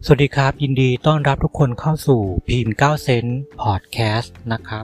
สวัสดีครับยินดีต้อนรับทุกคนเข้าสู่พิมพ์9เซนต์พอดแคสต์นะครับ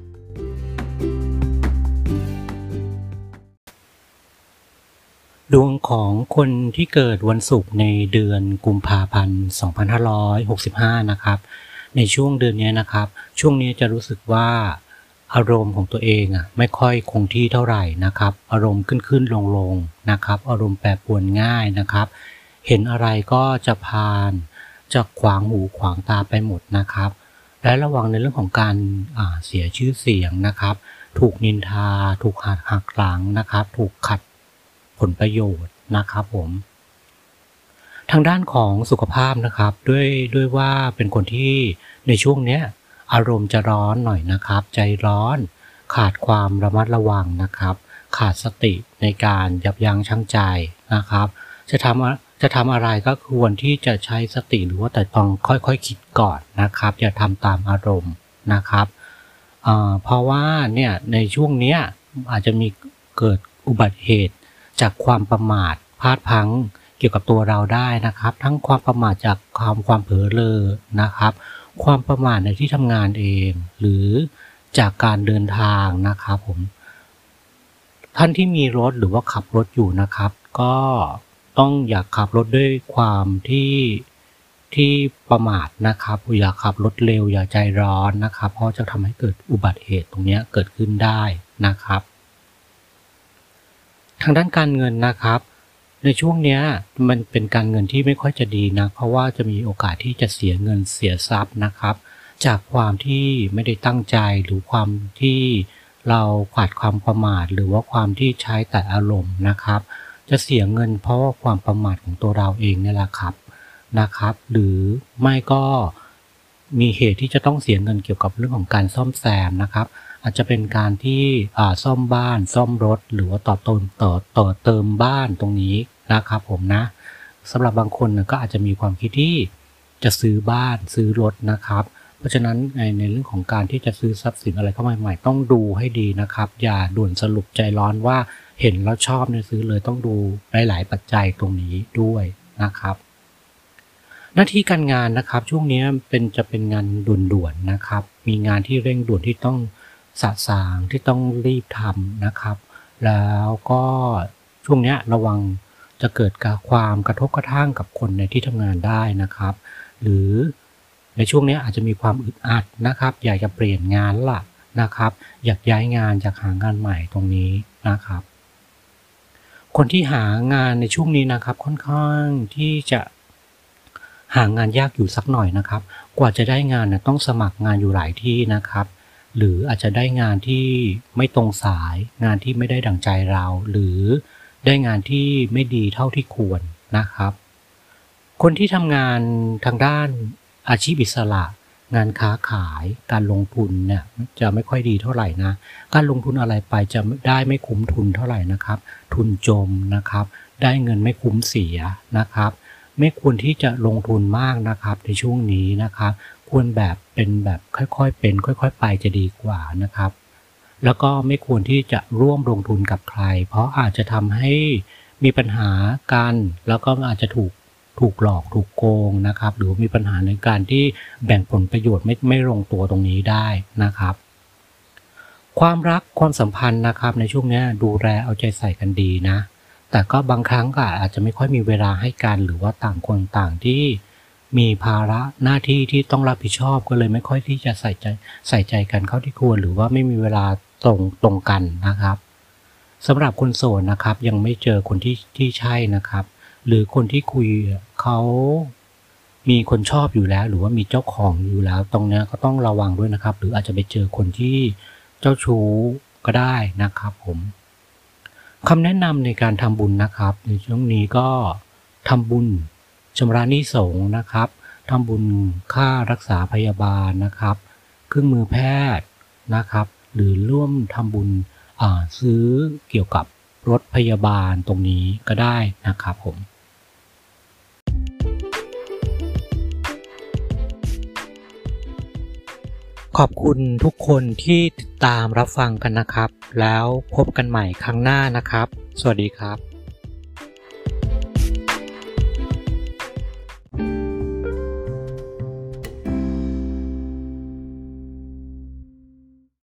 ดวงของคนที่เกิดวันศุกร์ในเดือนกุมภาพันธ์2565นะครับในช่วงเดือนนี้นะครับช่วงนี้จะรู้สึกว่าอารมณ์ของตัวเองไม่ค่อยคงที่เท่าไหร่นะครับอารมณ์ขึ้นลงนะครับอารมณ์แปรปรวนง่ายนะครับเห็นอะไรก็จะพานจะขวางหูขวางตาไปหมดนะครับและระวังในเรื่องของการเสียชื่อเสียงนะครับถูกนินทาถูกหักหลังนะครับถูกขัดผลประโยชน์นะครับผมทางด้านของสุขภาพนะครับด้วยว่าเป็นคนที่ในช่วงนี้อารมณ์จะร้อนหน่อยนะครับใจร้อนขาดความระมัดระวังนะครับขาดสติในการยับยั้งชั่งใจนะครับจะทำอะไรก็ควรที่จะใช้สติหรือว่าแต่ต้องค่อยๆคิดก่อนนะครับอย่าทำตามอารมณ์นะครับเพราะว่าเนี่ยในช่วงนี้อาจจะมีเกิดอุบัติเหตุจากความประมาทพลาดพลั้งเกี่ยวกับตัวเราได้นะครับทั้งความประมาทจากความเผลอเรอนะครับความประมาทในที่ทำงานเองหรือจากการเดินทางนะครับผมท่านที่มีรถหรือว่าขับรถอยู่นะครับก็ต้องอย่าขับรถด้วยความที่ประมาทนะครับอย่าขับรถเร็วอย่าใจร้อนนะครับเพราะจะทำให้เกิดอุบัติเหตุตรงนี้เกิดขึ้นได้นะครับทางด้านการเงินนะครับในช่วงนี้มันเป็นการเงินที่ไม่ค่อยจะดีนะเพราะว่าจะมีโอกาสที่จะเสียเงินเสียทรัพย์นะครับจากความที่ไม่ได้ตั้งใจหรือความที่เราขาดความประมาทหรือว่าความที่ใช้แต่อารมณ์นะครับจะเสียเงินเพราะว่าความประมาทของตัวเราเองนี่แหละครับนะครับหรือไม่ก็มีเหตุที่จะต้องเสียเงินเกี่ยวกับเรื่องของการซ่อมแซมนะครับอาจจะเป็นการที่ซ่อมบ้านซ่อมรถหรือว่าต่อเติมบ้านตรงนี้นะครับผมนะสำหรับบางคนก็อาจจะมีความคิดที่จะซื้อบ้านซื้อรถนะครับเพราะฉะนั้นในเรื่องของการที่จะซื้อทรัพย์สินอะไรเข้ามาใหม่ต้องดูให้ดีนะครับอย่าด่วนสรุปใจร้อนว่าเห็นแล้วชอบเนี่ยซื้อเลยต้องดูหลายๆปัจจัยตรงนี้ด้วยนะครับหน้าที่การงานนะครับช่วงนี้จะเป็นงานด่วนๆนะครับมีงานที่เร่งด่วนที่ต้องสะสางที่ต้องรีบทำนะครับแล้วก็ช่วงนี้ระวังจะเกิดความกระทบกระทั่งกับคนในที่ทำงานได้นะครับหรือในช่วงนี้อาจจะมีความอึดอัดนะครับอยากจะเปลี่ยนงานล่ะนะครับอยากย้ายงานจากหางานใหม่ตรงนี้นะครับคนที่หางานในช่วงนี้นะครับค่อนข้างที่จะหางานยากอยู่สักหน่อยนะครับกว่าจะได้งานต้องสมัครงานอยู่หลายที่นะครับหรืออาจจะได้งานที่ไม่ตรงสายงานที่ไม่ได้ดั่งใจเราหรือได้งานที่ไม่ดีเท่าที่ควรนะครับคนที่ทำงานทางด้านอาชีพอิสระงานค้าขายการลงทุนเนี่ยจะไม่ค่อยดีเท่าไหร่นะการลงทุนอะไรไปจะได้ไม่คุ้มทุนเท่าไหร่นะครับทุนจมนะครับได้เงินไม่คุ้มเสียนะครับไม่ควรที่จะลงทุนมากนะครับในช่วงนี้นะครับควรเป็นแบบค่อยๆเป็นค่อยๆไปจะดีกว่านะครับแล้วก็ไม่ควรที่จะร่วมลงทุนกับใครเพราะอาจจะทำให้มีปัญหากันแล้วก็อาจจะถูกหลอกถูกโกงนะครับหรือมีปัญหาในการที่แบ่งผลประโยชน์ไม่ลงตัวตรงนี้ได้นะครับความรักความสัมพันธ์นะครับในช่วงนี้ดูแลเอาใจใส่กันดีนะแต่ก็บางครั้งก็อาจจะไม่ค่อยมีเวลาให้กันหรือว่าต่างคนต่างที่มีภาระหน้าที่ที่ต้องรับผิดชอบก็เลยไม่ค่อยที่จะใส่ใจกันเข้าที่ควรหรือว่าไม่มีเวลาตรงกันนะครับสำหรับคนโสดนะครับยังไม่เจอคนที่ใช่นะครับหรือคนที่คุยเขามีคนชอบอยู่แล้วหรือว่ามีเจ้าของอยู่แล้วตรงนี้ก็ต้องระวังด้วยนะครับหรืออาจจะไปเจอคนที่เจ้าชู้ก็ได้นะครับผมคำแนะนำในการทำบุญนะครับในช่วงนี้ก็ทำบุญชำระหนี้สงฆ์นะครับทำบุญค่ารักษาพยาบาลนะครับเครื่องมือแพทย์นะครับหรือร่วมทำบุญซื้อเกี่ยวกับรถพยาบาลตรงนี้ก็ได้นะครับผมขอบคุณทุกคนที่ติดตามรับฟังกันนะครับแล้วพบกันใหม่ครั้งหน้านะครับสวัสดีครับ